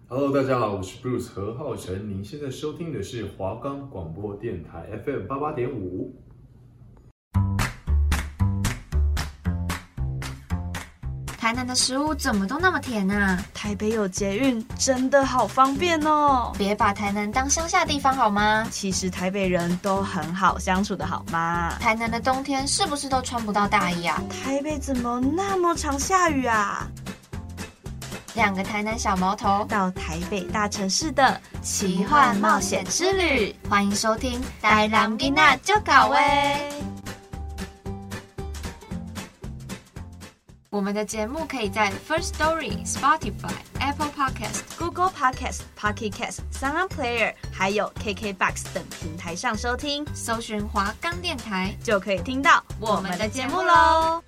Hello， 大家好，我是 Bruce 何浩晨，您现在收听的是华冈广播电台 FM 88.5。 台南的食物怎么都那么甜啊？ 台北有捷运，真的好方便哦。 别把台南当乡下地方好吗？ 其实台北人都很好相处的好吗？ 台南的冬天是不是都穿不到大衣啊？ 台北怎么那么常下雨啊？ 两个台南小毛头到台北大城市的奇幻冒险之旅，欢迎收听《台南囡仔就搞喂》。我们的节目可以在 First Story、Spotify、Apple Podcast、Google Podcast、Pocket Cast、Sound Player 还有 KKBox 等平台上收听， 搜寻华冈电台就可以听到我们的节目咯。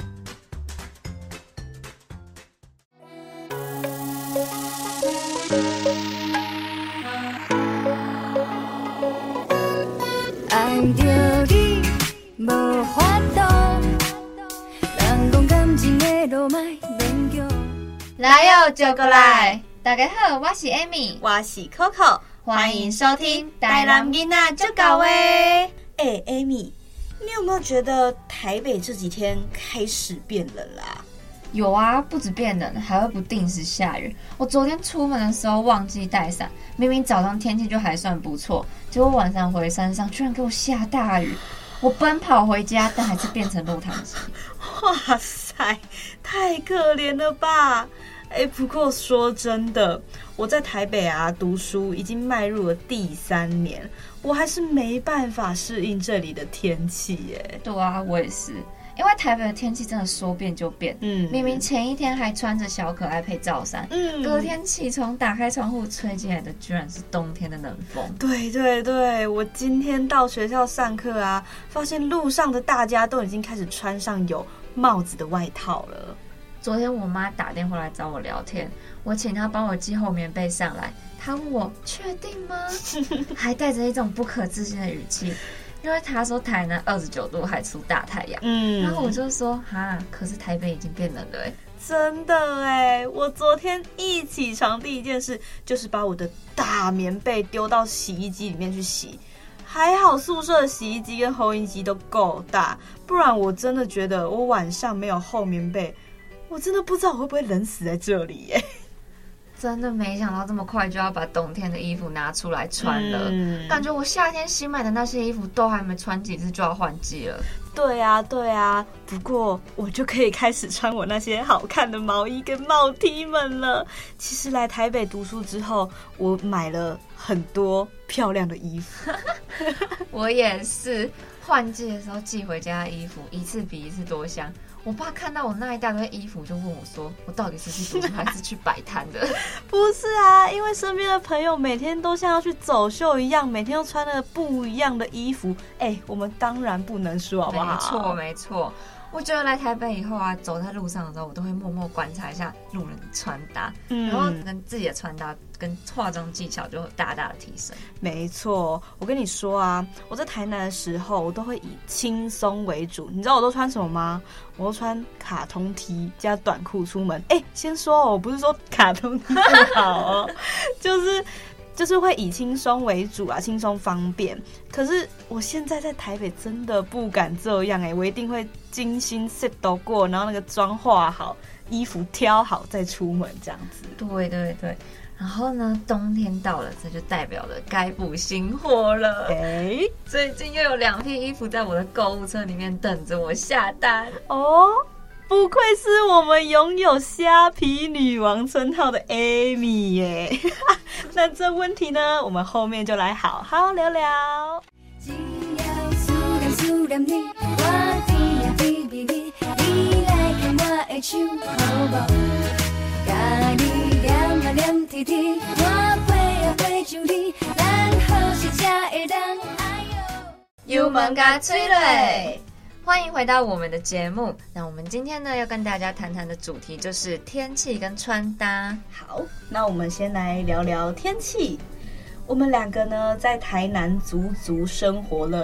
爱着你无法度，人讲感情的路莫勉强。 来哟，就过来！大家好，我是 Amy， 我是 Coco， 欢迎收听《台南囡仔就搞喂》。 Amy， 你有没有觉得台北这几天开始变冷啦？ 有啊，不止变冷，还会不定时下雨。我昨天出门的时候忘记带伞，明明早上天气就还算不错，结果晚上回山上居然给我下大雨。我奔跑回家，但还是变成路堂鸡。 哇塞，太可怜了吧！不过说真的，我在台北读书已经迈入了第3年，我还是没办法适应这里的天气耶。 对啊，我也是。因为台北的天气真的说变就变，明明前一天还穿着小可爱配罩衫，隔天起床打开窗户吹进来的居然是冬天的冷风。 对对对，我今天到学校上课发现路上的大家都已经开始穿上有帽子的外套了。 昨天我妈打电话来找我聊天，我请她帮我寄厚棉被上来，她问我确定吗？还带着一种不可置信的语气。因为他说台南29度还出大太阳，然后我就说可是台北已经变冷了真的我昨天一起床第一件事就是把我的大棉被丢到洗衣机里面去洗，还好宿舍的洗衣机跟烘衣机都够大，不然我真的觉得我晚上没有厚棉被，我真的不知道我会不会冷死在这里真的没想到这么快就要把冬天的衣服拿出来穿了，感觉我夏天新买的那些衣服都还没穿几次就要换季了。 对啊，不过我就可以开始穿我那些好看的毛衣跟帽 T 们了。其实来台北读书之后，我买了很多漂亮的衣服。 我也是，换季的时候寄回家的衣服一次比一次多香。我爸看到我那一大堆衣服，就问我说：“我到底是去读书还是去摆摊的？” 不是因为身边的朋友每天都像要去走秀一样，每天都穿了不一样的衣服。我们当然不能输，好不好？ 没错。我觉得来台北以后走在路上的时候，我都会默默观察一下路人的穿搭，然后跟自己的穿搭跟化妆技巧就大大的提升。 没错，我跟你说我在台南的时候，我都会以轻松为主。你知道我都穿什么吗？我都穿卡通 T 加短裤出门。先说我不是说卡通 T 不好就是会以轻松为主轻松方便。可是我现在在台北真的不敢这样我一定会精心 set 过，然后那个妆化好，衣服挑好再出门这样子。 对。然后呢，冬天到了，这就代表了该补新货了。最近又有2批衣服在我的购物车里面等着我下单不愧是我们拥有虾皮女王称号的 Amy 耶。那这问题呢，我们后面就来好好聊聊。 只要思念思念你，我甜呀比比你，你来牵我的手好无？甲你念念啼啼，我陪呀陪着你，咱好时才会当哎呦。 油门加催泪。欢迎回到我们的节目。那我们今天呢要跟大家谈谈的主题就是天气跟穿搭。 好，那我们先来聊聊天气。我们2个呢在台南足足生活了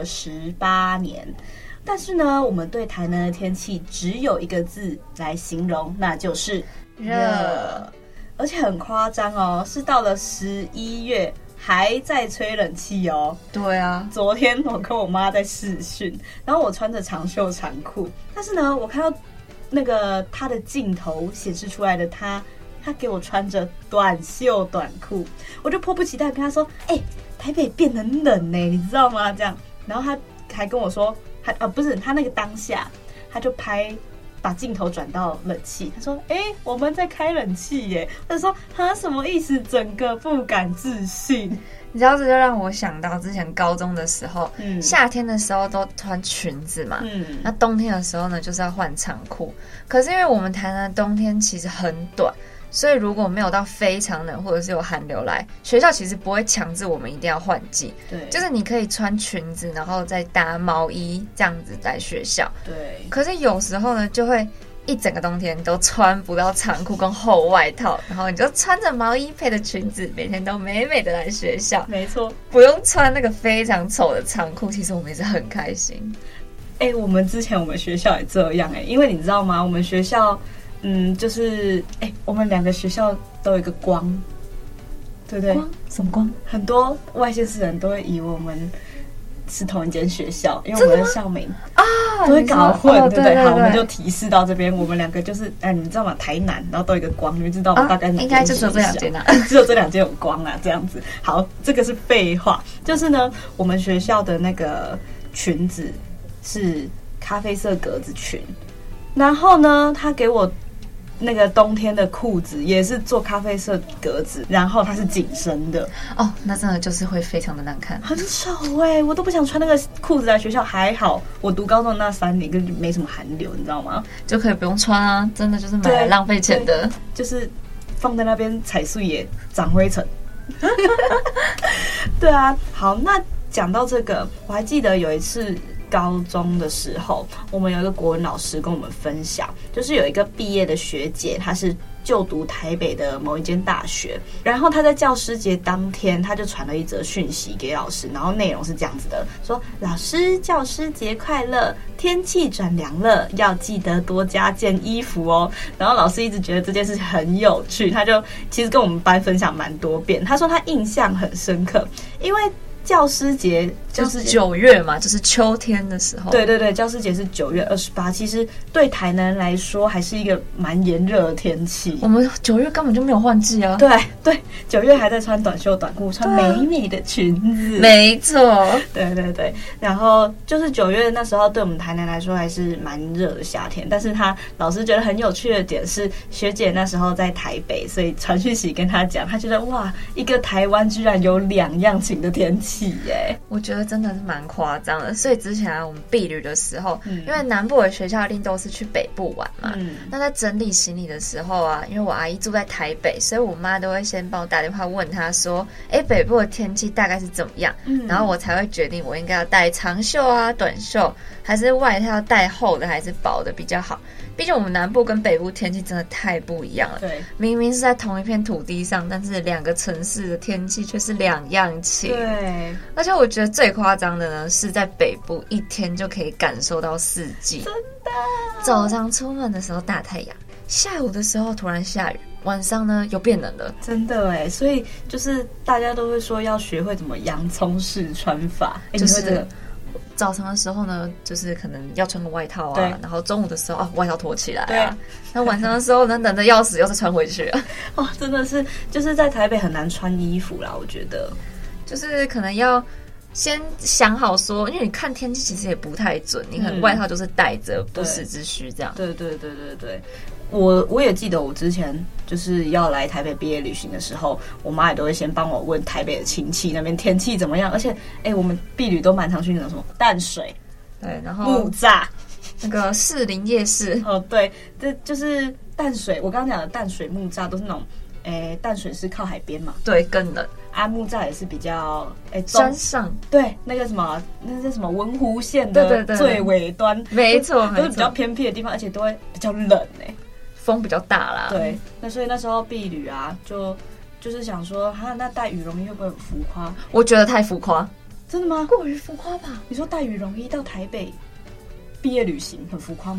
18年，但是呢我们对台南的天气只有一个字来形容，那就是热。 而且很夸张哦，是到了11月还在吹冷气哦。 对啊， 昨天我跟我妈在视讯，然后我穿着长袖长裤，但是呢，我看到那个他的镜头显示出来的他给我穿着短袖短裤，我就迫不及待跟他说：“台北变很冷呢，你知道吗？”这样，然后他还跟我说，不是他那个当下，他就把镜头转到冷气，他说：“我们在开冷气耶。”他说：“他什么意思？”整个不敢置信。 你知道这就让我想到之前高中的时候，夏天的时候都穿裙子嘛，那冬天的时候呢就是要换长裤。可是因为我们台南的冬天其实很短，所以如果没有到非常冷或者是有寒流来，学校其实不会强制我们一定要换季， 对， 就是你可以穿裙子，然后再搭毛衣这样子来学校。 对， 可是有时候呢，就会一整个冬天都穿不到长裤跟厚外套，然后你就穿着毛衣配的裙子，每天都美美的来学校。 没错， 不用穿那个非常丑的长裤，其实我们也是很开心。 我们之前我们学校也这样因为你知道吗？我们学校就是我们2个学校都有一个光，对不对？ 光？什么光？ 很多外县市人都会以为我们是同一间学校，因为我们的校名都会搞混，对不对？好，我们就提示到这边，我们2个就是你知道吗？台南，然后都有一个光，你们知道我们大概应该就只有这2间啊， 只有这2间有光啊，这样子。好，这个是废话，就是呢，我们学校的那个裙子是咖啡色格子裙，然后呢，他给我那个冬天的裤子也是做咖啡色格子，然后它是紧身的那真的就是会非常的难看， 很丑我都不想穿那个裤子来学校。还好我读高中那3年根本没什么寒流，你知道吗？ 就可以不用穿啊，真的就是买来浪费钱的， 就是放在那边踩碎也长灰尘。对啊，好，那讲到这个，我还记得有一次高中的时候，我们有一个国文老师跟我们分享，就是有一个毕业的学姐，她是就读台北的某一间大学，然后她在教师节当天，她就传了一则讯息给老师，然后内容是这样子的，说：“老师，教师节快乐，天气转凉了，要记得多加件衣服哦。”然后老师一直觉得这件事很有趣，他就其实跟我们班分享蛮多遍，他说他印象很深刻，因为教师节就是9月嘛，就是秋天的时候。 对对对，教师节是9月28，其实对台南人来说还是一个蛮炎热的天气。 我们9月根本就没有换季啊。 对对，9月还在穿短袖短裤，穿美美的裙子。 没错， 对对对。然后就是9月那时候，对我们台南来说还是蛮热的夏天。但是他老师觉得很有趣的点是，学姐那时候在台北，所以传讯息跟他讲，他觉得哇，一个台湾居然有2样情的天气。 我觉得真的是蛮夸张的，所以之前我们毕旅的时候，因为南部的学校一定都是去北部玩嘛，那在整理行李的时候啊，因为我阿姨住在台北，所以我妈都会先帮我打电话问她说，北部的天气大概是怎么样，然后我才会决定我应该要带长袖啊、短袖，还是外套要带厚的还是薄的比较好。毕竟我们南部跟北部天气真的太不一样了， 对， 明明是在同一片土地上，但是2个城市的天气却是2样情。 对， 而且我觉得最夸张的呢，是在北部一天就可以感受到4季。 真的， 早上出门的时候大太阳，下午的时候突然下雨，晚上呢又变冷了。 真的所以就是大家都会说要学会怎么洋葱式穿法， 就是早上的时候呢，就是可能要穿个外套啊，然后中午的时候外套脱起来啊，那晚上的时候呢，冷得要死，又再穿回去真的是就是在台北很难穿衣服啦，我觉得就是可能要先想好说，因为你看天气其实也不太准，你可能外套就是带着，不时之需这样。 对对对对对，我也记得我之前就是要来台北毕业旅行的时候，我妈也都会先帮我问台北的亲戚那边天气怎么样，而且我们毕旅都蛮常去那种什么淡水， 对，然后木栅那个士林夜市， 对，这就是淡水。我刚刚讲的淡水木栅都是那种，淡水是靠海边嘛， 对，更冷。 木栅也是比较山上， 对，那个什么，那是什么文湖线的最尾端， 没错， 都是比较偏僻的地方，而且都会比较冷风比较大啦。 对，那所以那时候毕旅啊，就是想说，那带羽绒衣会不会很浮夸？ 我觉得太浮夸。 真的吗？ 过于浮夸吧？ 你说带羽绒衣到台北毕业旅行很浮夸吗？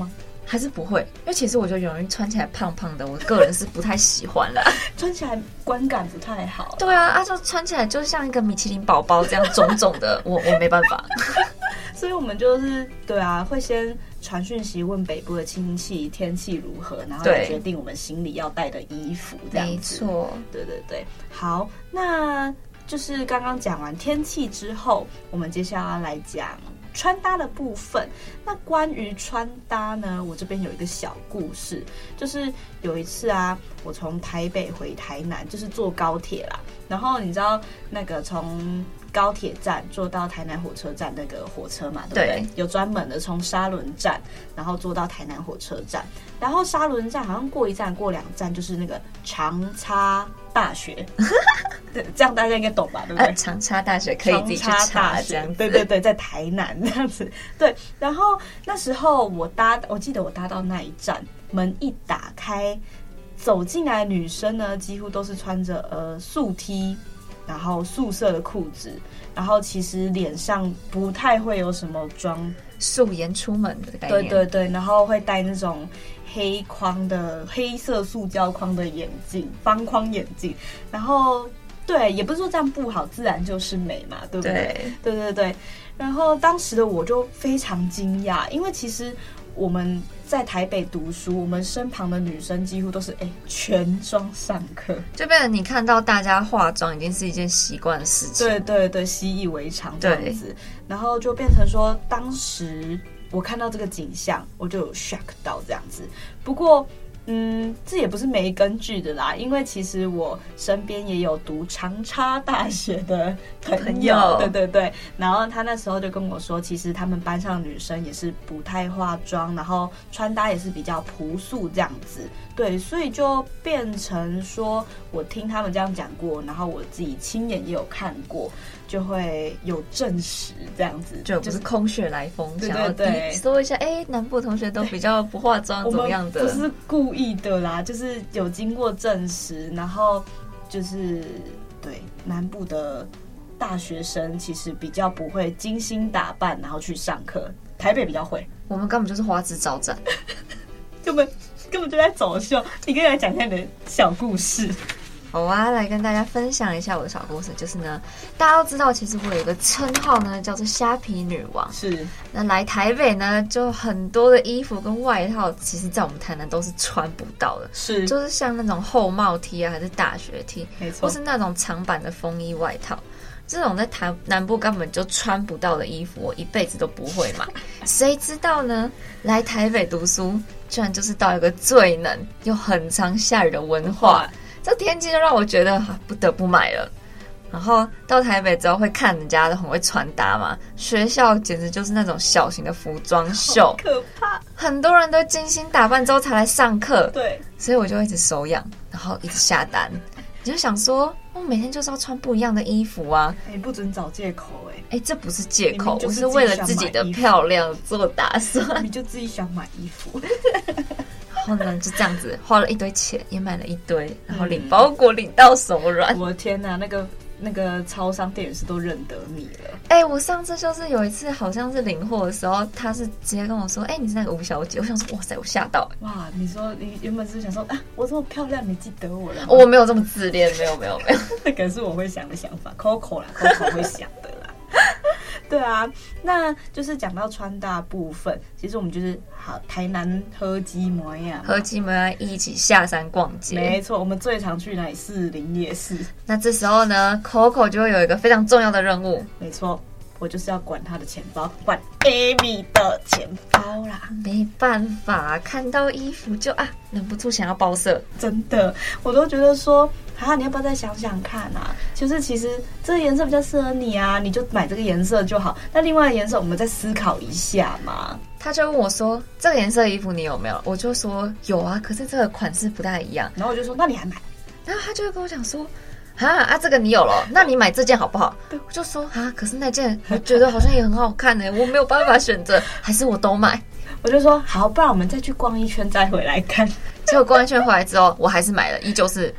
还是不会，因为其实我觉得泳衣穿起来胖胖的，我个人是不太喜欢啦。 穿起来观感不太好。 对啊，就穿起来就像一个米其林宝宝这样肿肿的，我没办法。 所以我们就是对啊，会先传讯息问北部的亲戚天气如何，然后来决定我们行李要带的衣服这样子。 没错， 对对对。好，那就是刚刚讲完天气之后，我们接下来来讲穿搭的部分。那关于穿搭呢，我这边有一个小故事，就是有一次啊，我从台北回台南，就是坐高铁啦，然后你知道那个从高铁站坐到台南火车站那个火车嘛，对不对？有专门的从沙仑站，然后坐到台南火车站，然后沙仑站好像过一站过2站就是那个长差大学，对，这样大家应该懂吧，对不对？ 长差大学可以自己去查，这样子。 对对对，在台南这样子。对，然后那时候我记得我搭到那一站，门一打开，走进来的女生呢，几乎都是穿着素 T。然后素色的裤子，然后其实脸上不太会有什么妆， 素颜出门的概念。 对对对，然后会戴那种黑色塑胶框的眼镜，方框眼镜。然后对，也不是说这样不好，自然就是美嘛，对不对？对对对。然后当时的我就非常惊讶，因为其实我们在台北读书，我们身旁的女生几乎都是全妆上课， 就变成你看到大家化妆已经是一件习惯的事情。 对对对，习以为常这样子，然后就变成说，当时我看到这个景象，我就有 shock 到这样子。不过这也不是没根据的啦，因为其实我身边也有读长差大学的朋友，对对对，然后他那时候就跟我说，其实他们班上的女生也是不太化妆，然后穿搭也是比较朴素这样子，对，所以就变成说我听他们这样讲过，然后我自己亲眼也有看过，就会有证实这样子， 就不是空穴来风， 对对对， 说一下，南部同学都比较不化妆，怎么样的？ 不是故意的啦，就是有经过证实，然后就是对南部的大学生其实比较不会精心打扮，然后去上课，台北比较会， 我们根本就是花枝招展， 根本就在走秀。你可以来讲一下你的小故事。 好啊，来跟大家分享一下我的小故事，就是呢，大家都知道，其实我有一个称号呢，叫做虾皮女王。 是， 那来台北呢，就很多的衣服跟外套，其实在我们台南都是穿不到的。 是， 就是像那种厚帽 T 啊，还是大学 T， 没错， 或是那种长版的风衣外套，这种在南部根本就穿不到的衣服，我一辈子都不会买。谁知道呢？来台北读书，居然就是到一个最冷又很常下雨的文化。这天气就让我觉得不得不买了。然后到台北之后会看人家都很会穿搭嘛，学校简直就是那种小型的服装秀， 好可怕， 很多人都精心打扮之后才来上课。 对， 所以我就一直手痒，然后一直下单。你就想说，我每天就是要穿不一样的衣服啊！ 你不准找借口这不是借口， 明明就是我是为了自己的漂亮做打算。 你就自己想买衣服。 然后呢，就这样子花了一堆钱，也买了一堆，然后领包裹领到手软。 我的天哪，那个超商店员是都认得你了。 我上次就是有一次，好像是领货的时候，他是直接跟我说：“你是那个吴小姐。”我想说：“哇塞，我吓到！” 哇，你说你原本是想说我这么漂亮，你记得我了吗？ 我没有这么自恋，没有。 那可能是我会想的想法 ，Coco 啦，Coco 会想的啦。对啊，那就是讲到穿搭部分，其实我们就是台南喝鸡模样， 一起下山逛街。 没错，我们最常去哪里？士林夜市。 那这时候呢 ，Coco 就会有一个非常重要的任务。 没错，我就是要管他的钱包，管 Amy 的钱包啦。 没办法，看到衣服就忍不住想要包色。 真的，我都觉得说。你要不要再想想看啊？就是其实这个颜色比较适合你啊，你就买这个颜色就好。那另外的颜色我们再思考一下嘛。 他就问我说：“这个颜色的衣服你有没有？”我就说：“有啊，可是这个款式不太一样。” 然后我就说：“那你还买？” 然后他就会跟我讲说：“这个你有了，那你买这件好不好？”我就说：“可是那件我觉得好像也很好看呢，我没有办法选择，还是我都买。” 我就说：“好，不然我们再去逛一圈再回来看。” 结果逛一圈回来之后，我还是买了，依旧是买。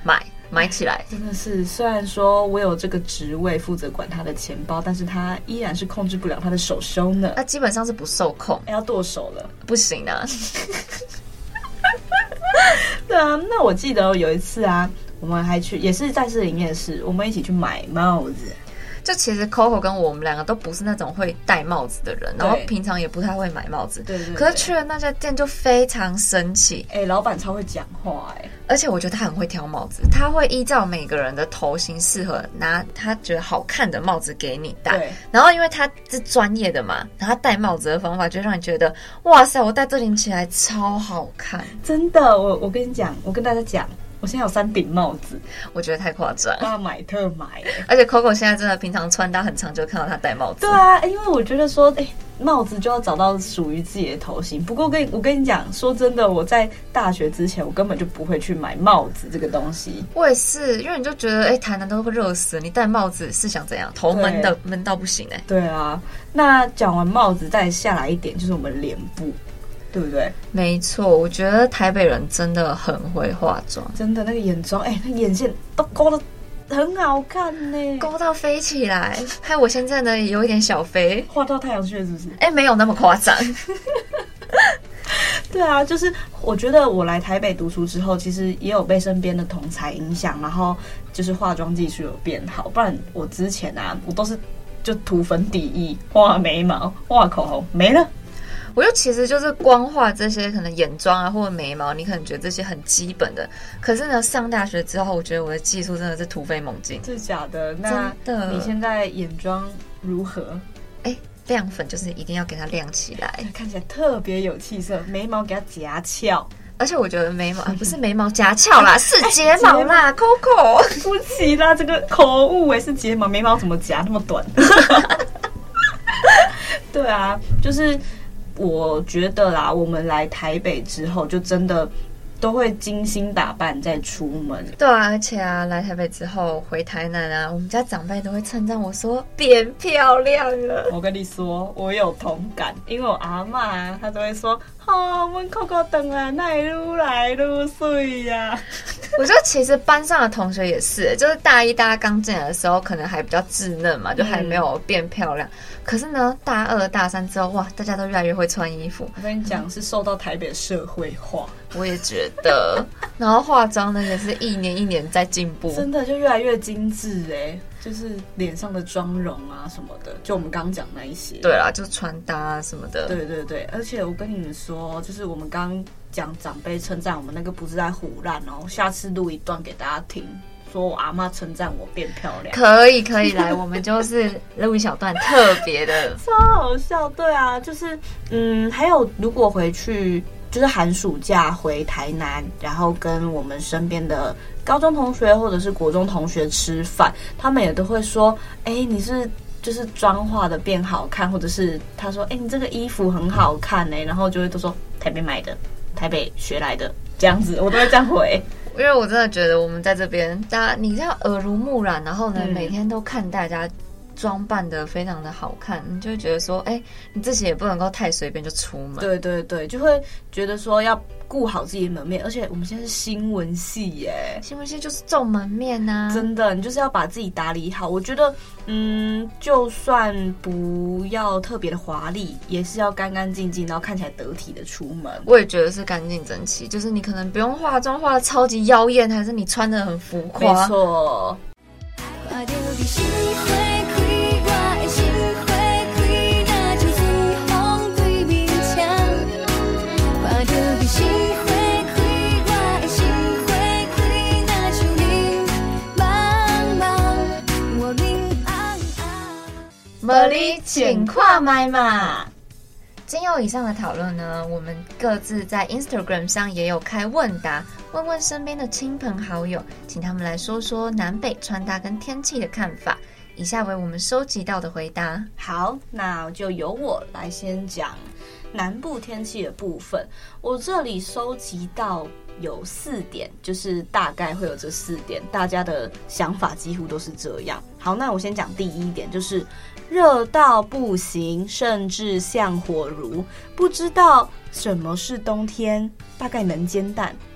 买起来。 真的是，虽然说我有这个职位负责管他的钱包，但是他依然是控制不了他的手收呢。 那基本上是不受控， 要剁手了， 不行啊。 对啊，那我记得有一次啊，我们还去，也是在士林夜市，我们一起去买帽子。 就其实 Coco 跟我们两个都不是那种会戴帽子的人，然后平常也不太会买帽子。 对。 可是去了那家店就非常生气。 老板超会讲话而且我觉得他很会挑帽子，他会依照每个人的头型适合，拿他觉得好看的帽子给你戴。 对。 然后因为他是专业的嘛，然后他戴帽子的方法就让你觉得，哇塞，我戴这顶起来超好看。 真的，我跟你讲，我跟大家讲。我现在有3顶帽子， 我觉得太夸张， 大买特买而且 Coco 现在真的平常穿搭很常就看到他戴帽子。 对啊，因为我觉得说，帽子就要找到属于自己的头型。不过我跟你讲，说真的，我在大学之前，我根本就不会去买帽子这个东西。 我也是，因为你就觉得，台南都会热死，你戴帽子是想怎样？头闷到不行对啊，那讲完帽子，再下来一点就是我们脸部。对不对？ 没错，我觉得台北人真的很会化妆， 真的那个眼妆，那眼线都勾得很好看呢， 勾到飞起来。害我现在呢有一点小飞， 画到太阳穴是不是？ 没有那么夸张。 对啊，就是我觉得我来台北读书之后，其实也有被身边的同才影响，然后就是化妆技术有变好。不然我之前啊，我都是就涂粉底液、画眉毛、画口红没了。 我就其实就是光画这些可能眼妆啊或者眉毛，你可能觉得这些很基本的，可是呢上大学之后，我觉得我的技术真的是突飞猛进。 真的假的？那真的， 你现在眼妆如何？ 亮粉就是一定要给它亮起来， 看起来特别有气色，眉毛给它夹翘。 而且我觉得眉毛不是眉毛夹翘啦，是睫毛啦，Coco。 对不起啦，这个口误是睫毛，眉毛怎么夹那么短？对啊，就是我觉得啦，我们来台北之后，就真的都会精心打扮再出门。 对啊，而且啊，来台北之后回台南啊，我们家长辈都会称赞我说变漂亮了。 我跟你说，我有同感，因为我阿嬷啊，她都会说，我们Coco回来，那会愈来愈水呀。 我觉得其实班上的同学也是，就是大一大家刚进来的时候，可能还比较稚嫩嘛，就还没有变漂亮。可是呢，大二大三之后，哇，大家都越来越会穿衣服。 我跟你讲，是受到台北社会化。 我也觉得，然后化妆呢也是一年一年在进步， 真的就越来越精致就是脸上的妆容啊什么的，就我们刚刚讲那一些。 对啦，就是穿搭啊什么的。 对，而且我跟你们说，就是我们刚讲长辈称赞我们那个不是在唬烂哦，下次录一段给大家听。说我阿嬷称赞我变漂亮， 可以来，我们就是录一小段特别的， 超好笑。对啊，就是还有如果回去就是寒暑假回台南，然后跟我们身边的高中同学或者是国中同学吃饭，他们也都会说，你是就是妆化的变好看，或者是他说，你这个衣服很好看然后就会都说台北买的，台北学来的，这样子，我都会这样回。 因为我真的觉得我们在这边，大家你这样耳濡目染，然后呢，每天都看大家装扮的非常的好看，你就会觉得说，你自己也不能够太随便就出门。 对，就会觉得说要顾好自己的门面，而且我们现在是新闻系耶， 新闻系就是重门面啊， 真的，你就是要把自己打理好。我觉得，就算不要特别的华丽，也是要干干净净，然后看起来得体的出门。 我也觉得是干净整齐，就是你可能不用化妆化的超级妖艳，还是你穿的很浮夸。 没错。 茉莉，请跨麦嘛！经由以上的讨论呢，我们各自在 Instagram 上也有开问答，问问身边的亲朋好友，请他们来说说南北穿搭跟天气的看法。以下为我们收集到的回答。 好，那就由我来先讲南部天气的部分。我这里收集到有4点，就是大概会有这4点，大家的想法几乎都是这样。好，那我先讲第1点，就是热到不行，甚至像火炉，不知道什么是冬天，大概能煎蛋，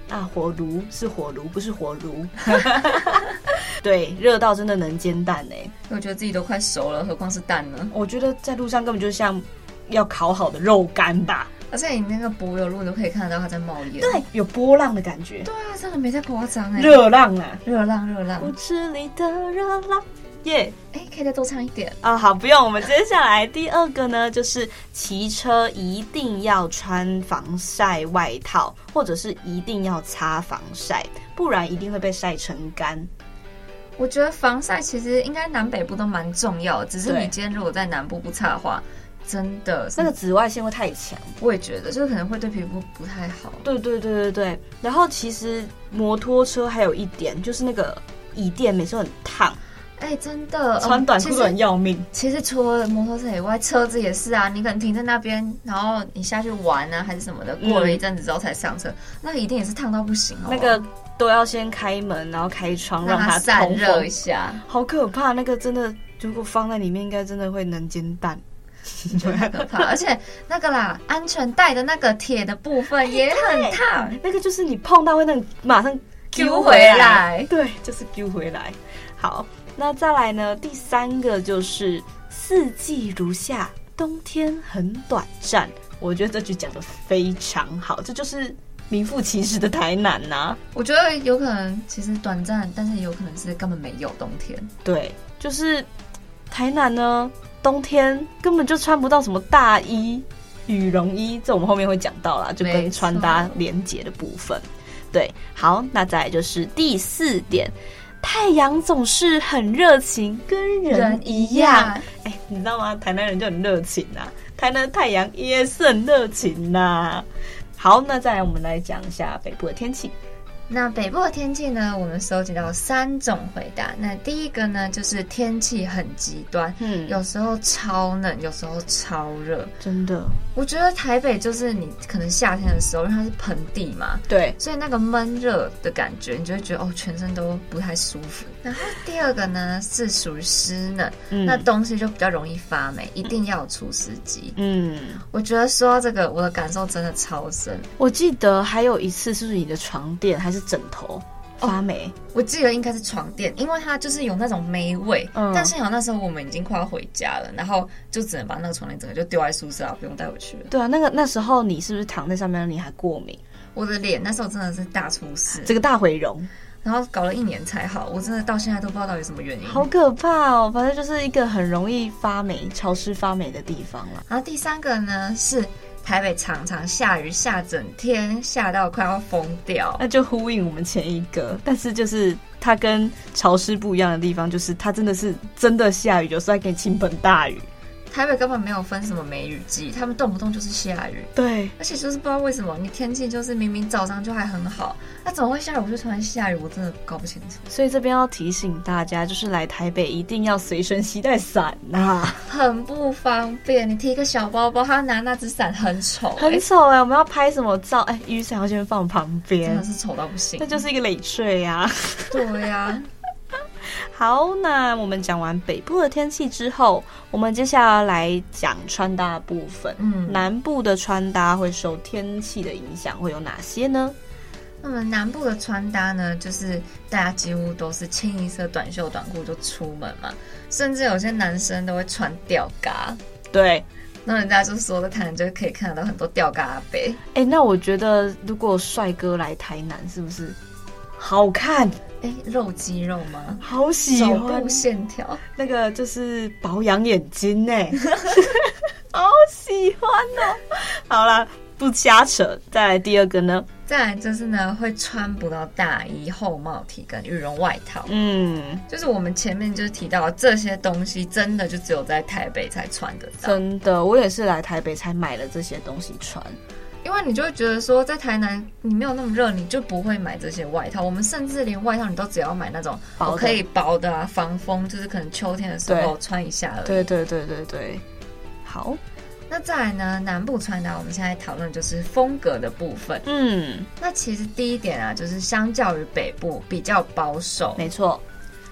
啊，火炉是火炉，不是火炉。对，热到真的能煎蛋欸。 我觉得自己都快熟了，何况是蛋呢？ 我觉得在路上根本就像要烤好的肉干吧。 而且你那个柏油路都可以看得到它在冒烟， 对，有波浪的感觉。 对啊，真的没在夸张哎。 热浪啊， 热浪， 屋子里的热浪，耶！ 哎，可以再多唱一点啊。好，不用。我们接下来第二个呢，就是骑车一定要穿防晒外套，或者是一定要擦防晒，不然一定会被晒成干。 我觉得防晒其实应该南北部都蛮重要的，只是你今天如果在南部不擦的话，真的那个紫外线会太强。我也觉得，就是可能会对皮肤不太好。 对。然后其实摩托车还有一点，就是那个椅垫每次都很烫。 哎，真的， 穿短裤都很要命。 其实除了摩托车以外，车子也是啊。你可能停在那边，然后你下去玩啊，还是什么的，过了一阵子之后才上车，那个一定也是烫到不行哦。 那个都要先开门，然后开窗，让它散热一下。 好可怕，那个真的，如果放在里面，应该真的会能煎蛋。 太可怕，而且那个啦，安全带的那个铁的部分也很烫， 那个就是你碰到会那马上揪回来， 对，就是揪回来。好，那再来呢？第三个就是四季如夏，冬天很短暂。我觉得这句讲得非常好，这就是名副其实的台南啊。 我觉得有可能其实短暂，但是也有可能是根本没有冬天。 对，就是台南呢，冬天根本就穿不到什么大衣、羽绒衣，这我们后面会讲到啦，就跟穿搭连结的部分。对，好，那再来就是第四点，太阳总是很热情，跟人一样。哎，你知道吗？台南人就很热情啊，台南的太阳也是很热情啊。好，那再来我们来讲一下北部的天气。 那北部的天气呢，我们收集到3种回答。那第一个呢，就是天气很极端，有时候超冷，有时候超热， 真的。 我觉得台北就是你可能夏天的时候，因为它是盆地嘛， 对， 所以那个闷热的感觉，你就会觉得全身都不太舒服。然后第二个呢是属于湿冷，那东西就比较容易发霉，一定要有除湿机。我觉得说到这个，我的感受真的超深。 我记得还有一次是不是你的床垫还是枕头发霉？ 我记得应该是床垫，因为它就是有那种霉味。但幸好那时候我们已经快要回家了，然后就只能把那个床垫整个就丢在宿舍啊，不用带回去了。 对啊，那时候你是不是躺在上面你还过敏？ 我的脸那时候真的是大出事， 这个大毁容。 然后搞了1年才好，我真的到现在都不知道到底什么原因， 好可怕哦！反正就是一个很容易发霉、潮湿发霉的地方了。 然后第三个呢是台北常常下雨，下整天，下到快要疯掉。 那就呼应我们前一个，但是就是它跟潮湿不一样的地方，就是它真的是真的下雨，有时候还给你倾盆大雨。 台北根本没有分什么梅雨季，他们动不动就是下雨。 对， 而且就是不知道为什么，你天气就是明明早上就还很好，那怎么会下雨就突然下雨？我真的搞不清楚。 所以这边要提醒大家，就是来台北一定要随身携带伞啊， 很不方便。你提一个小包包，他拿那只伞很丑， 很丑我们要拍什么照？雨伞要先放旁边， 真的是丑到不行。 那就是一个累赘啊。 对呀。 好，那我们讲完北部的天气之后，我们接下来讲穿搭的部分。南部的穿搭会受天气的影响，会有哪些呢？ 那么南部的穿搭呢，就是大家几乎都是清一色短袖短裤就出门嘛，甚至有些男生都会穿吊嘎。 对， 那人家就说在台南就可以看得到很多吊嘎阿伯。 那我觉得如果帅哥来台南，是不是好看？ 露肌肉吗？ 好喜欢， 手部线条， 那个就是保养眼睛好喜欢哦。好啦，不瞎扯。再来第二个呢？ 再来就是呢，会穿不到大衣、厚帽 T 跟羽绒外套。就是我们前面就是提到这些东西，真的就只有在台北才穿得到。 真的，我也是来台北才买了这些东西穿。 因为你就会觉得说，在台南你没有那么热，你就不会买这些外套。我们甚至连外套你都只要买那种可以薄的啊，防风，就是可能秋天的时候穿一下而已。 对。好， 那再来呢，南部穿搭我们现在讨论就是风格的部分。那其实第一点啊，就是相较于北部比较保守。 没错。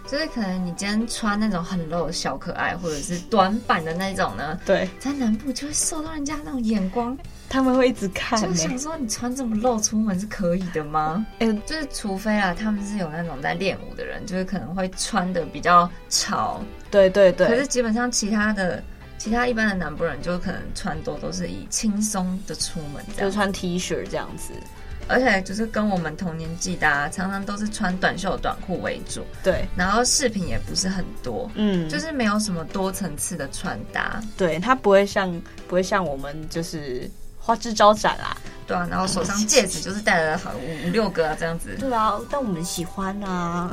就是可能你今天穿那种很露的小可爱，或者是短版的那种呢， 对， 在南部就会受到人家那种眼光， 他们会一直看就想说你穿这么露出门是可以的吗？就是除非啦，他们是有那种在练舞的人，就是可能会穿的比较潮， 对对对。 可是基本上其他一般的南部人，就可能穿多都是以轻松的出门这样， 就穿 T 恤这样子。 而且就是跟我们同年纪的常常都是穿短袖短裤为主， 对， 然后饰品也不是很多，就是没有什么多层次的穿搭， 对，它不会像我们就是花枝招展啦， 对啊，然后手上戒指就是戴了好5、6个这样子， 对啊，但我们喜欢啊。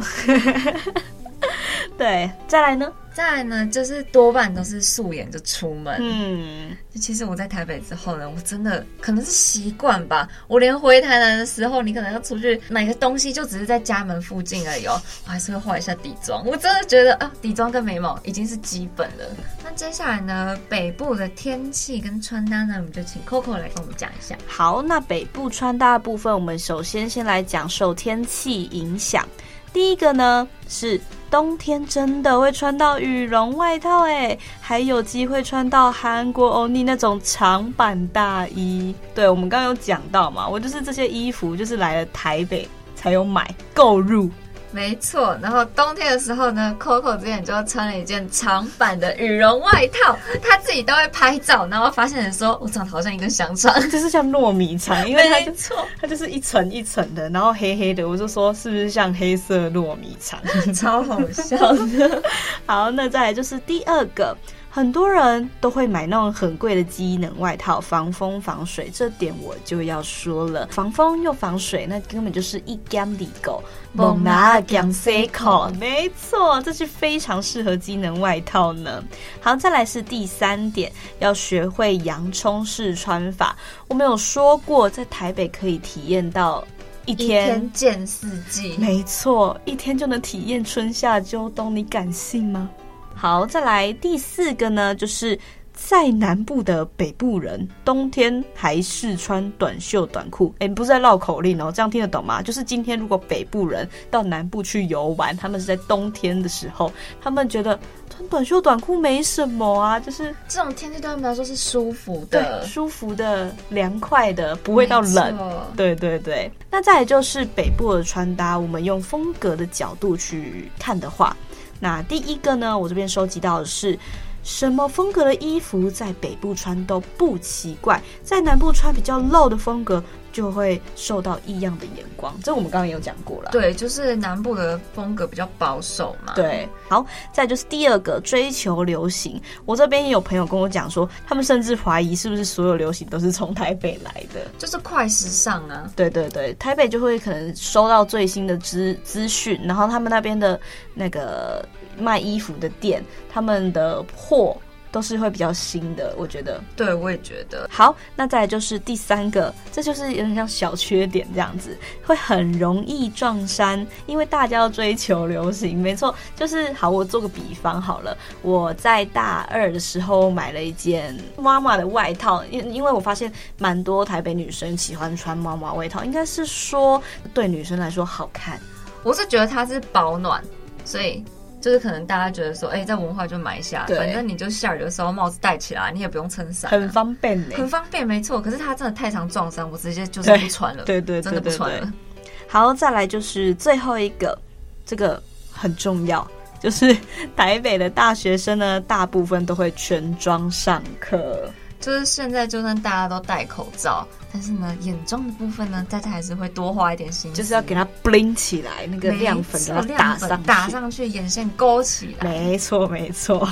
对，再来呢，就是多半都是素颜就出门。其实我在台北之后呢，我真的可能是习惯吧，我连回台南的时候，你可能要出去买个东西，就只是在家门附近而已哦，我还是会画一下底妆。我真的觉得底妆跟眉毛已经是基本了。那接下来呢，北部的天气跟穿搭呢，我们就请 Coco 来跟我们讲一下。好，那北部穿搭的部分，我们首先来讲受天气影响。第一个呢是冬天真的会穿到羽绒外套还有机会穿到韩国欧尼那种长版大衣。对，我们刚刚有讲到嘛，我就是这些衣服就是来了台北才有买购入。 没错，然后冬天的时候呢 ，Coco 之前就穿了一件长版的羽绒外套，他自己都会拍照，然后发现人说我长得好像一根香肠， 就是像糯米肠，因为它就是一层一层的，然后黑黑的，我就说是不是像黑色糯米肠， 超好笑的。 好，那再来就是第二个。很多人都会买那种很贵的机能外套，防风防水，这点我就要说了，防风又防水，那根本就是一干里狗，猛拿干塞口，没错，这是非常适合机能外套呢。好，再来是第3点，要学会洋葱式穿法。我们有说过，在台北可以体验到一天见4季， 没错，一天就能体验春夏秋冬，你敢信吗？好，再来第4个呢，就是在南部的北部人，冬天还是穿短袖短裤。不是在绕口令哦，这样听得懂吗？就是今天如果北部人到南部去游玩，他们是在冬天的时候，他们觉得穿短袖短裤没什么啊，就是这种天气对他们来说是舒服的， 对，舒服的、凉快的，不会到冷。对对对。那再来就是北部的穿搭，我们用风格的角度去看的话，那第一个呢，我这边收集到的是什么风格的衣服在北部穿都不奇怪，在南部穿比较露的风格就会受到异样的眼光，这我们刚刚也有讲过了。 对，就是南部的风格比较保守嘛。 对，好，再来就是第2个，追求流行。我这边也有朋友跟我讲说，他们甚至怀疑是不是所有流行都是从台北来的， 就是快时尚啊。 对对对，台北就会可能收到最新的资讯，然后他们那边的那个卖衣服的店，他们的货都是会比较新的，我觉得。 对，我也觉得。 好，那再来就是第3个，这就是有点像小缺点这样子，会很容易撞衫，因为大家要追求流行。没错，就是好，我做个比方好了，我在大2的时候买了一件妈妈的外套，因为我发现蛮多台北女生喜欢穿妈妈外套，应该是说对女生来说好看。 我是觉得它是保暖，所以就是可能大家觉得说，在文化就买下，反正你就下雨的时候帽子戴起来，你也不用撑伞， 很方便很方便，没错。可是它真的太常撞衫，我直接就是不穿了， 对对对， 真的不穿了。 好，再来就是最后一个，这个很重要，就是台北的大学生呢，大部分都会全妆上课。 就是现在，就算大家都戴口罩，但是呢，眼妆的部分呢，大家还是会多花一点心思， 就是要给它 bling 起来，那个亮粉给它打上去，眼线勾起来。 没错，没错。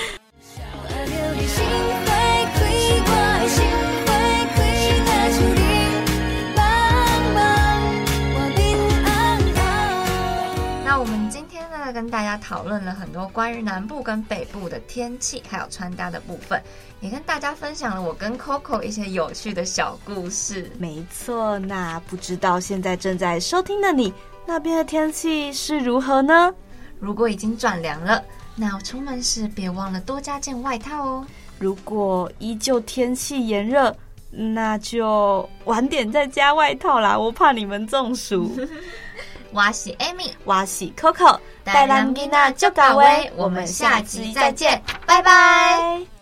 跟大家讨论了很多关于南部跟北部的天气还有穿搭的部分，也跟大家分享了我跟 Coco 一些有趣的小故事。 没错，那不知道现在正在收听的你那边的天气是如何呢？ 如果已经转凉了，那出门时别忘了多加件外套哦。 如果依旧天气炎热，那就晚点再加外套啦，我怕你们中暑。 我是 Amy， 我是 Coco， 台南囡仔足够威，我们下期再见，拜拜。